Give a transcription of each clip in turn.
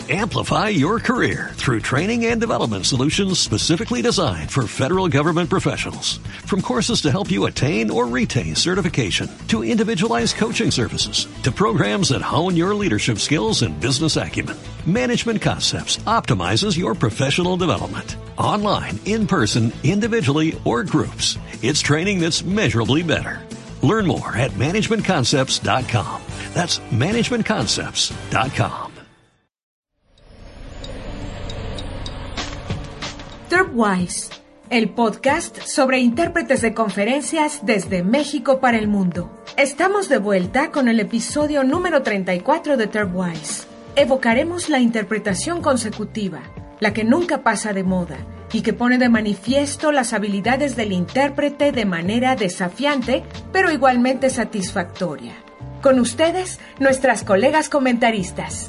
Amplify your career through training and development solutions specifically designed for federal government professionals. From courses to help you attain or retain certification, to individualized coaching services, to programs that hone your leadership skills and business acumen, Management Concepts optimizes your professional development. Online, in person, individually, or groups, it's training that's measurably better. Learn more at managementconcepts.com. That's managementconcepts.com. TERPWISE, el podcast sobre intérpretes de conferencias desde México para el mundo. Estamos de vuelta con el episodio número 34 de TERPWISE. Evocaremos la interpretación consecutiva, la que nunca pasa de moda y que pone de manifiesto las habilidades del intérprete de manera desafiante, pero igualmente satisfactoria. Con ustedes, nuestras colegas comentaristas.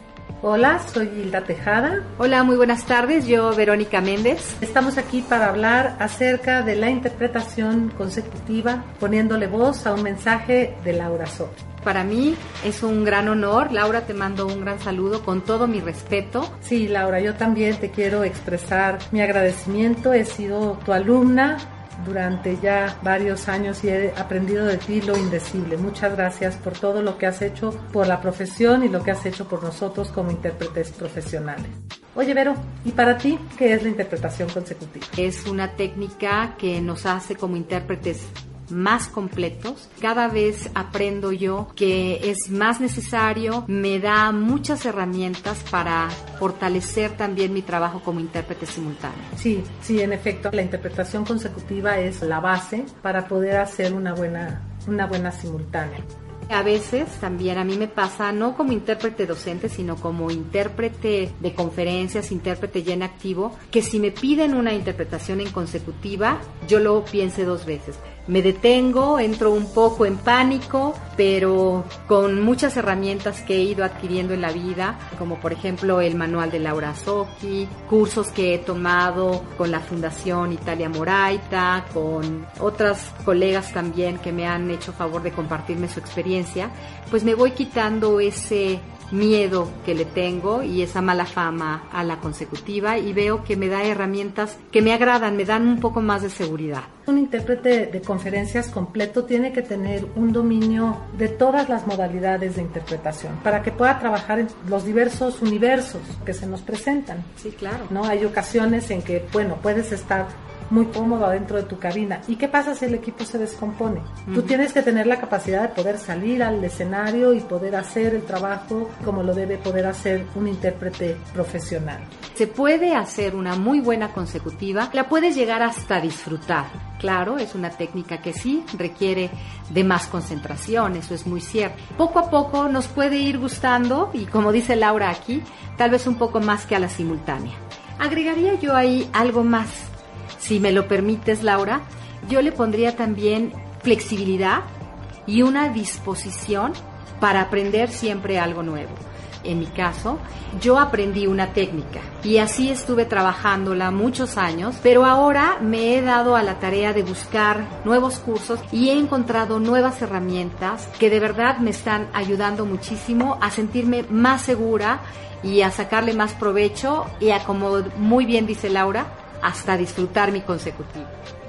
Hola, soy Hilda Tejada. Hola, muy buenas tardes, yo Verónica Méndez. Estamos aquí para hablar acerca de la interpretación consecutiva, poniéndole voz a un mensaje de Laura Soto. Para mí es un gran honor. Laura, te mando un gran saludo con todo mi respeto. Sí, Laura, yo también te quiero expresar mi agradecimiento. He sido tu alumna durante ya varios años y he aprendido de ti lo indecible. Muchas gracias por todo lo que has hecho por la profesión y lo que has hecho por nosotros como intérpretes profesionales. Oye, Vero, ¿y para ti qué es la interpretación consecutiva? Es una técnica que nos hace como intérpretes más completos. Cada vez aprendo yo que es más necesario, me da muchas herramientas para fortalecer también mi trabajo como intérprete simultáneo. Sí, en efecto, la interpretación consecutiva es la base para poder hacer una buena simultánea. A veces también a mí me pasa, no como intérprete docente, sino como intérprete de conferencias, intérprete ya en activo, que si me piden una interpretación en consecutiva, yo lo piense dos veces. Me detengo, entro un poco en pánico, pero con muchas herramientas que he ido adquiriendo en la vida, como por ejemplo el manual de Laura Socchi, cursos que he tomado con la Fundación Italia Moraita, con otras colegas también que me han hecho favor de compartirme su experiencia, pues me voy quitando ese miedo que le tengo y esa mala fama a la consecutiva y veo que me da herramientas que me agradan, me dan un poco más de seguridad. Un intérprete de conferencias completo tiene que tener un dominio de todas las modalidades de interpretación para que pueda trabajar en los diversos universos que se nos presentan. Sí, claro. ¿No? Hay ocasiones en que, puedes estar muy cómodo adentro de tu cabina. ¿Y qué pasa si el equipo se descompone? Tú tienes que tener la capacidad de poder salir al escenario y poder hacer el trabajo como lo debe poder hacer un intérprete profesional. Se puede hacer una muy buena consecutiva, la puedes llegar hasta disfrutar. Claro, es una técnica que sí requiere de más concentración, eso es muy cierto. Poco a poco nos puede ir gustando y como dice Laura aquí, tal vez un poco más que a la simultánea. Agregaría yo ahí algo más. Si me lo permites, Laura, yo le pondría también flexibilidad y una disposición para aprender siempre algo nuevo. En mi caso, yo aprendí una técnica y así estuve trabajándola muchos años, pero ahora me he dado a la tarea de buscar nuevos cursos y he encontrado nuevas herramientas que de verdad me están ayudando muchísimo a sentirme más segura y a sacarle más provecho y a, como muy bien dice Laura, hasta disfrutar mi consecutivo.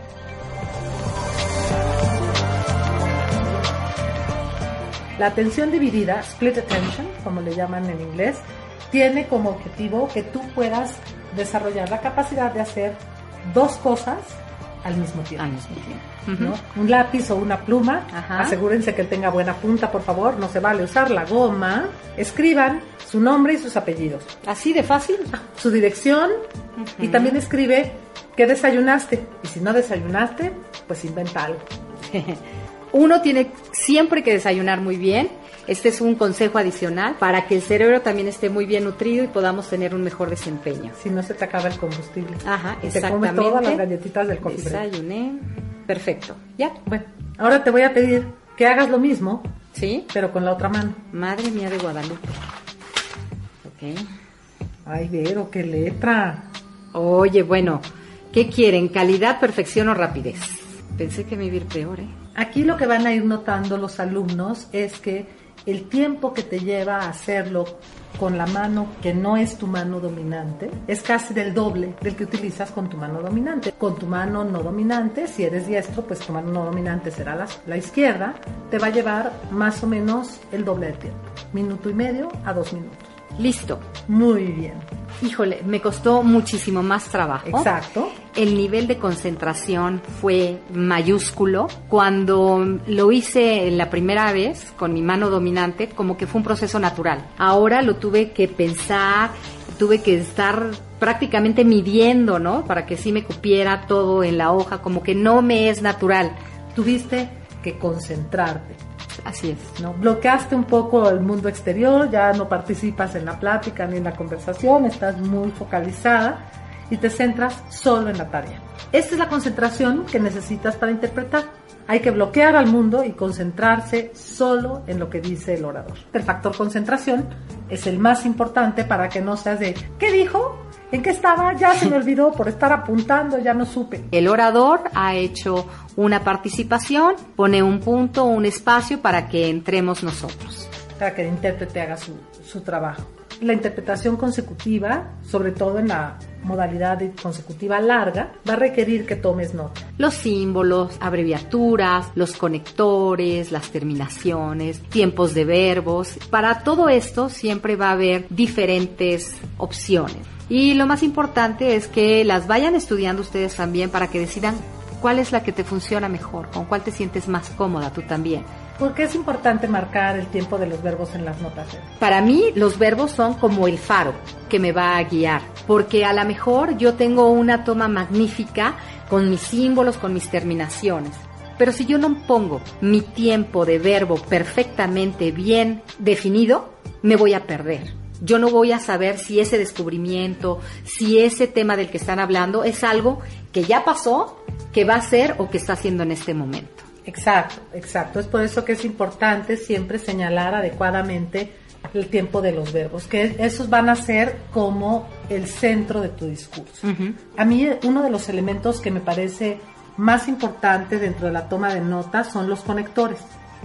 La atención dividida, split attention, como le llaman en inglés, tiene como objetivo que tú puedas desarrollar la capacidad de hacer dos cosas al mismo tiempo. ¿No? Un lápiz o una pluma, asegúrense que tenga buena punta, por favor, no se vale usar la goma. Escriban su nombre y sus apellidos. ¿Así de fácil? Su dirección y también escribe qué desayunaste. Y si no desayunaste, pues inventa algo. Uno tiene siempre que desayunar muy bien. Este es un consejo adicional para que el cerebro también esté muy bien nutrido y podamos tener un mejor desempeño. Si no se te acaba el combustible. Ajá, y exactamente. te come todas las galletitas del coffee break. Desayuné. Perfecto. ¿Ya? Bueno, ahora te voy a pedir que hagas lo mismo, ¿sí? Pero con la otra mano. Madre mía de Guadalupe. Ok. Ay, Vero, qué letra. Oye, bueno, ¿qué quieren? ¿Calidad, perfección o rapidez? Pensé que me iba a ir peor, ¿eh? Aquí lo que van a ir notando los alumnos es que el tiempo que te lleva a hacerlo con la mano que no es tu mano dominante es casi del doble del que utilizas con tu mano dominante. Con tu mano no dominante, si eres diestro, pues tu mano no dominante será la izquierda, te va a llevar más o menos el doble de tiempo, 1.5 minutos a 2 minutos. Listo. Muy bien. Híjole, me costó muchísimo más trabajo. Exacto. El nivel de concentración fue mayúsculo. Cuando lo hice la primera vez con mi mano dominante, como que fue un proceso natural. Ahora lo tuve que pensar, tuve que estar prácticamente midiendo, ¿no? Para que sí me cupiera todo en la hoja, como que no me es natural. Tuviste que concentrarte. Así es. ¿No? Bloqueaste un poco el mundo exterior, ya no participas en la plática ni en la conversación, estás muy focalizada y te centras solo en la tarea. Esta es la concentración que necesitas para interpretar. Hay que bloquear al mundo y concentrarse solo en lo que dice el orador. El factor concentración es el más importante para que no seas de ¿qué dijo? ¿En qué estaba? Ya se me olvidó por estar apuntando, ya no supe. El orador ha hecho una participación, pone un punto, un espacio para que entremos nosotros. Para que el intérprete haga su trabajo. La interpretación consecutiva, sobre todo en la modalidad consecutiva larga, va a requerir que tomes nota. Los símbolos, abreviaturas, los conectores, las terminaciones, tiempos de verbos. Para todo esto siempre va a haber diferentes opciones. Y lo más importante es que las vayan estudiando ustedes también para que decidan cuál es la que te funciona mejor, con cuál te sientes más cómoda tú también. ¿Por qué es importante marcar el tiempo de los verbos en las notas? Para mí, los verbos son como el faro que me va a guiar, porque a lo mejor yo tengo una toma magnífica con mis símbolos, con mis terminaciones, pero si yo no pongo mi tiempo de verbo perfectamente bien definido, me voy a perder. Yo no voy a saber si ese descubrimiento, si ese tema del que están hablando es algo que ya pasó, que va a ser o que está haciendo en este momento. Exacto, exacto. Es por eso que es importante siempre señalar adecuadamente el tiempo de los verbos, que esos van a ser como el centro de tu discurso. Uh-huh. A mí uno de los elementos que me parece más importante dentro de la toma de notas son los conectores.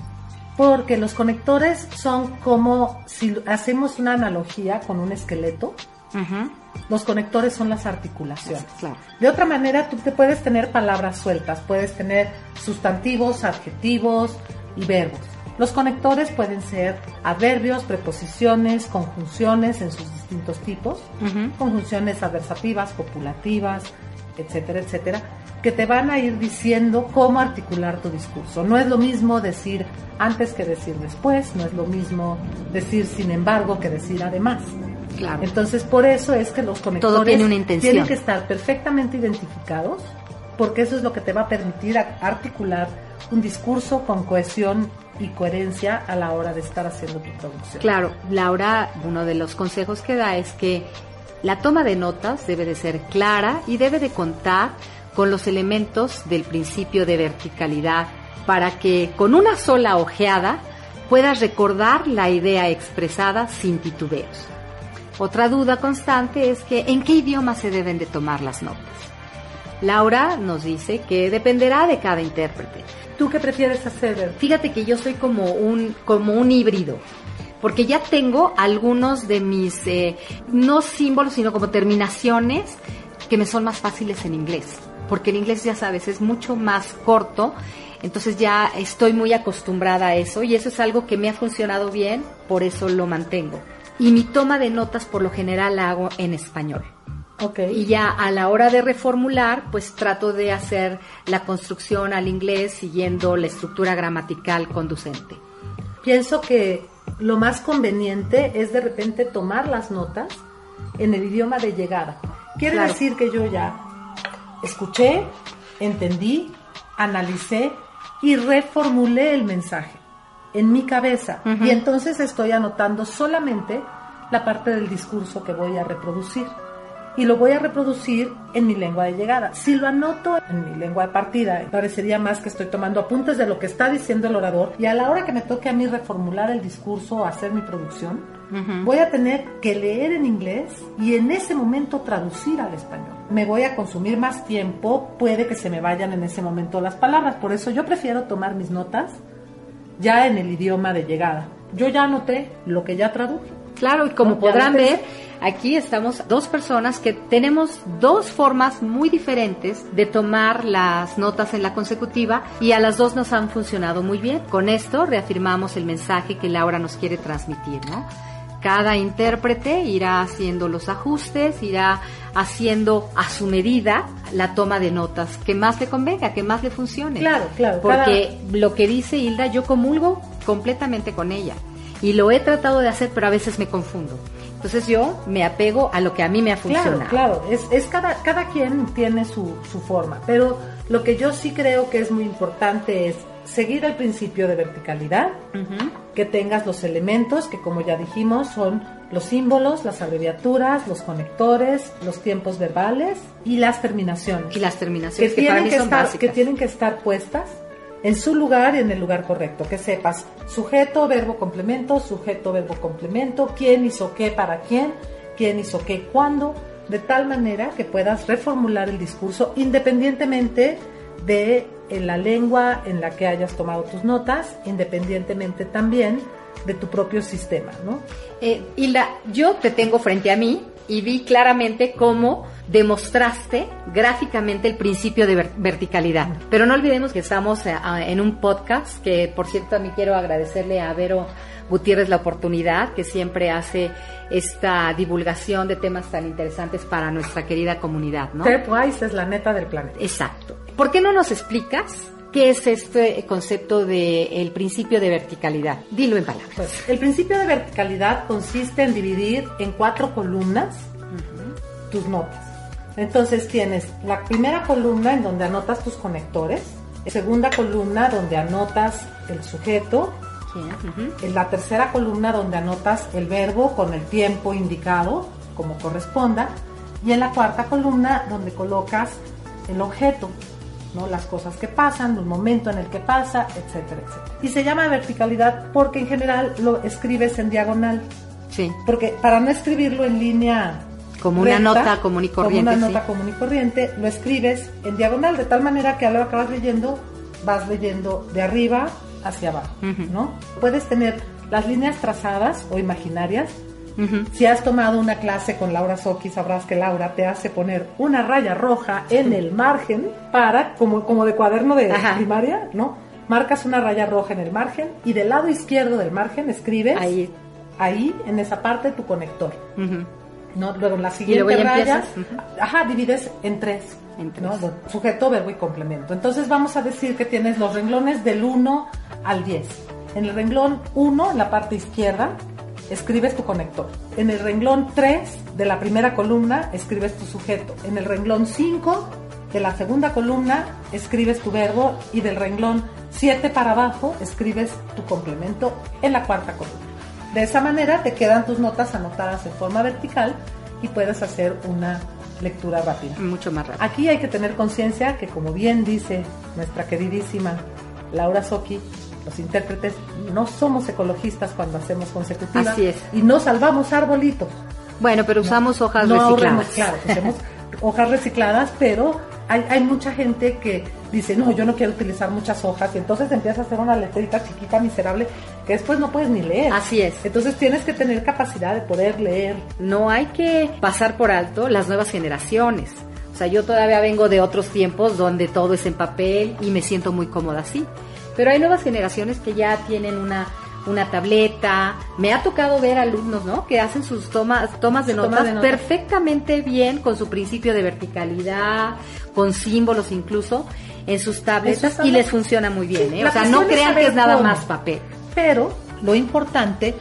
Porque los conectores son como, si hacemos una analogía con un esqueleto, uh-huh. Los conectores son las articulaciones. Claro. De otra manera, tú te puedes tener palabras sueltas, puedes tener sustantivos, adjetivos y verbos. Los conectores pueden ser adverbios, preposiciones, conjunciones en sus distintos tipos, uh-huh. Conjunciones adversativas, copulativas, etcétera, etcétera, que te van a ir diciendo cómo articular tu discurso. No es lo mismo decir antes que decir después, no es lo mismo decir sin embargo que decir además. Claro. Entonces, por eso es que los conectores todo tiene una intención. Tienen que estar perfectamente identificados, porque eso es lo que te va a permitir articular un discurso con cohesión y coherencia a la hora de estar haciendo tu producción. Claro, Laura, uno de los consejos que da es que la toma de notas debe de ser clara y debe de contar con los elementos del principio de verticalidad para que con una sola ojeada puedas recordar la idea expresada sin titubeos. Otra duda constante es que ¿en qué idioma se deben de tomar las notas? Laura nos dice que dependerá de cada intérprete. ¿Tú qué prefieres hacer? Fíjate que yo soy como un híbrido, porque ya tengo algunos de mis, no símbolos, sino como terminaciones que me son más fáciles en inglés, porque en inglés ya sabes, es mucho más corto, entonces ya estoy muy acostumbrada a eso y eso es algo que me ha funcionado bien, por eso lo mantengo. Y mi toma de notas por lo general la hago en español. Okay. Y ya a la hora de reformular, pues trato de hacer la construcción al inglés siguiendo la estructura gramatical conducente. Pienso que lo más conveniente es de repente tomar las notas en el idioma de llegada. Quiere Claro. decir que yo ya escuché, entendí, analicé y reformulé el mensaje en mi cabeza. Uh-huh. Y entonces estoy anotando solamente la parte del discurso que voy a reproducir. Y lo voy a reproducir en mi lengua de llegada. Si lo anoto en mi lengua de partida, parecería más que estoy tomando apuntes de lo que está diciendo el orador, y a la hora que me toque a mí reformular el discurso o hacer mi producción, uh-huh. Voy a tener que leer en inglés y en ese momento traducir al español. Me voy a consumir más tiempo, puede que se me vayan en ese momento las palabras, por eso yo prefiero tomar mis notas ya en el idioma de llegada, yo ya anoté lo que ya traduje. Claro, y como podrán ver, aquí estamos dos personas que tenemos dos formas muy diferentes de tomar las notas en la consecutiva y a las dos nos han funcionado muy bien. Con esto reafirmamos el mensaje que Laura nos quiere transmitir, ¿no? Cada intérprete irá haciendo los ajustes, irá haciendo a su medida la toma de notas que más le convenga, que más le funcione. Claro. Porque lo que dice Hilda, yo comulgo completamente con ella. Y lo he tratado de hacer, pero a veces me confundo. Entonces yo me apego a lo que a mí me ha funcionado. Claro, es cada quien tiene su forma, pero lo que yo sí creo que es muy importante es seguir el principio de verticalidad, que tengas los elementos que, como ya dijimos, son los símbolos, las abreviaturas, los conectores, los tiempos verbales y las terminaciones. Y las terminaciones que para mí son básicas. Que tienen que estar puestas en su lugar y en el lugar correcto, que sepas sujeto, verbo, complemento, sujeto, verbo, complemento, quién hizo qué para quién hizo qué cuándo, de tal manera que puedas reformular el discurso independientemente de la lengua en la que hayas tomado tus notas, independientemente también de tu propio sistema, ¿no? Hilda, yo te tengo frente a mí y vi claramente cómo demostraste gráficamente el principio de verticalidad. Pero no olvidemos que estamos en un podcast, que por cierto a mí quiero agradecerle a Vero Gutiérrez la oportunidad, que siempre hace esta divulgación de temas tan interesantes para nuestra querida comunidad, ¿no? TERPWISE es la neta del planeta. Exacto. ¿Por qué no nos explicas qué es este concepto del principio de verticalidad? Dilo en palabras. Pues, el principio de verticalidad consiste en dividir en 4 columnas tus notas. Entonces tienes la primera columna en donde anotas tus conectores, la segunda columna donde anotas el sujeto, en la tercera columna donde anotas el verbo con el tiempo indicado, como corresponda, y en la cuarta columna donde colocas el objeto, ¿no? Las cosas que pasan, el momento en el que pasa, etcétera, etcétera. Y se llama verticalidad porque en general lo escribes en diagonal. Sí. Porque para no escribirlo en línea como recta, una nota común y corriente. Como una nota común y corriente, lo escribes en diagonal, de tal manera que a lo que acabas leyendo, vas leyendo de arriba hacia abajo, ¿no? Puedes tener las líneas trazadas o imaginarias. Si has tomado una clase con Laura Socchi, sabrás que Laura te hace poner una raya roja en el margen para, como de cuaderno de primaria, ¿no? Marcas una raya roja en el margen y del lado izquierdo del margen escribes ahí en esa parte tu conector. ¿No? Luego en la siguiente raya divides en 3, ¿no? Sujeto, verbo y complemento. Entonces vamos a decir que tienes los renglones del 1 al 10. En el renglón 1, en la parte izquierda, escribes tu conector. En el renglón 3 de la primera columna escribes tu sujeto. En el renglón 5 de la segunda columna escribes tu verbo y del renglón 7 para abajo escribes tu complemento en la cuarta columna. De esa manera te quedan tus notas anotadas en forma vertical y puedes hacer una lectura rápida. Mucho más rápido. Aquí hay que tener conciencia que, como bien dice nuestra queridísima Laura Socchi, los intérpretes no somos ecologistas cuando hacemos consecutiva. Así es. Y no salvamos arbolitos. Bueno, pero usamos hojas recicladas. Ahorremos, claro, usamos hojas recicladas, pero hay mucha gente que dice, no, yo no quiero utilizar muchas hojas, y entonces empiezas a hacer una letrita chiquita, miserable, que después no puedes ni leer. Así es. Entonces tienes que tener capacidad de poder leer. No hay que pasar por alto las nuevas generaciones. O sea, yo todavía vengo de otros tiempos donde todo es en papel y me siento muy cómoda así. Pero hay nuevas generaciones que ya tienen una tableta. Me ha tocado ver alumnos, ¿no? Que hacen sus tomas de notas perfectamente bien, con su principio de verticalidad, con símbolos incluso, en sus tabletas, y les funciona muy bien, ¿eh? O sea, no crean que es nada más papel. Pero lo importante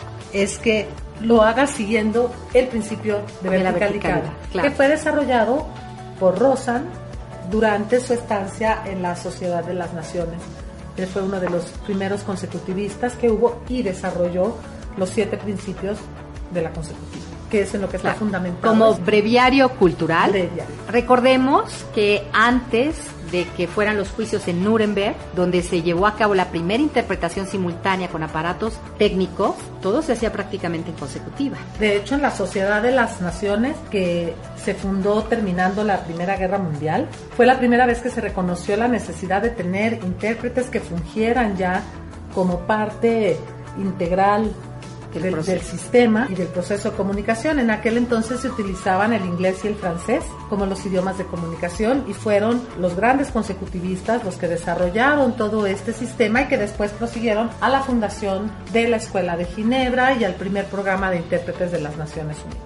es que lo hagas siguiendo el principio de verticalidad, claro, que fue desarrollado por Rosan durante su estancia en la Sociedad de las Naciones. Él fue uno de los primeros consecutivistas que hubo y desarrolló los 7 principios de la consecutiva, que es en lo que está fundamentado. Como breviario cultural. Breviario. Recordemos que antes de que fueran los juicios en Nuremberg, donde se llevó a cabo la primera interpretación simultánea con aparatos técnicos, todo se hacía prácticamente en consecutiva. De hecho, en la Sociedad de las Naciones, que se fundó terminando la Primera Guerra Mundial, fue la primera vez que se reconoció la necesidad de tener intérpretes que fungieran ya como parte integral del sistema y del proceso de comunicación. En aquel entonces se utilizaban el inglés y el francés como los idiomas de comunicación y fueron los grandes consecutivistas los que desarrollaron todo este sistema y que después prosiguieron a la fundación de la Escuela de Ginebra y al primer programa de intérpretes de las Naciones Unidas.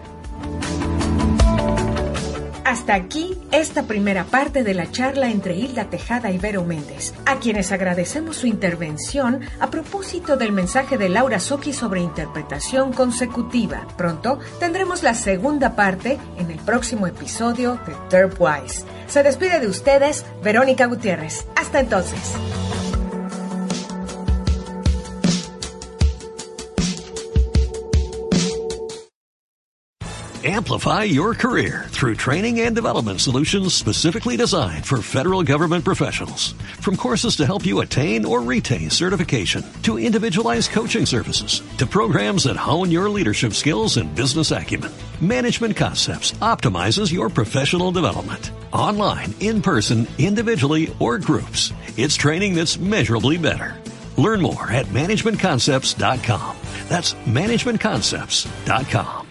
Hasta aquí esta primera parte de la charla entre Hilda Tejada y Vero Méndez, a quienes agradecemos su intervención a propósito del mensaje de Laura Socchi sobre interpretación consecutiva. Pronto tendremos la segunda parte en el próximo episodio de Third Wise. Se despide de ustedes Verónica Gutiérrez. Hasta entonces. Amplify your career through training and development solutions specifically designed for federal government professionals. From courses to help you attain or retain certification, to individualized coaching services, to programs that hone your leadership skills and business acumen, Management Concepts optimizes your professional development. Online, in person, individually, or groups, it's training that's measurably better. Learn more at managementconcepts.com. That's managementconcepts.com.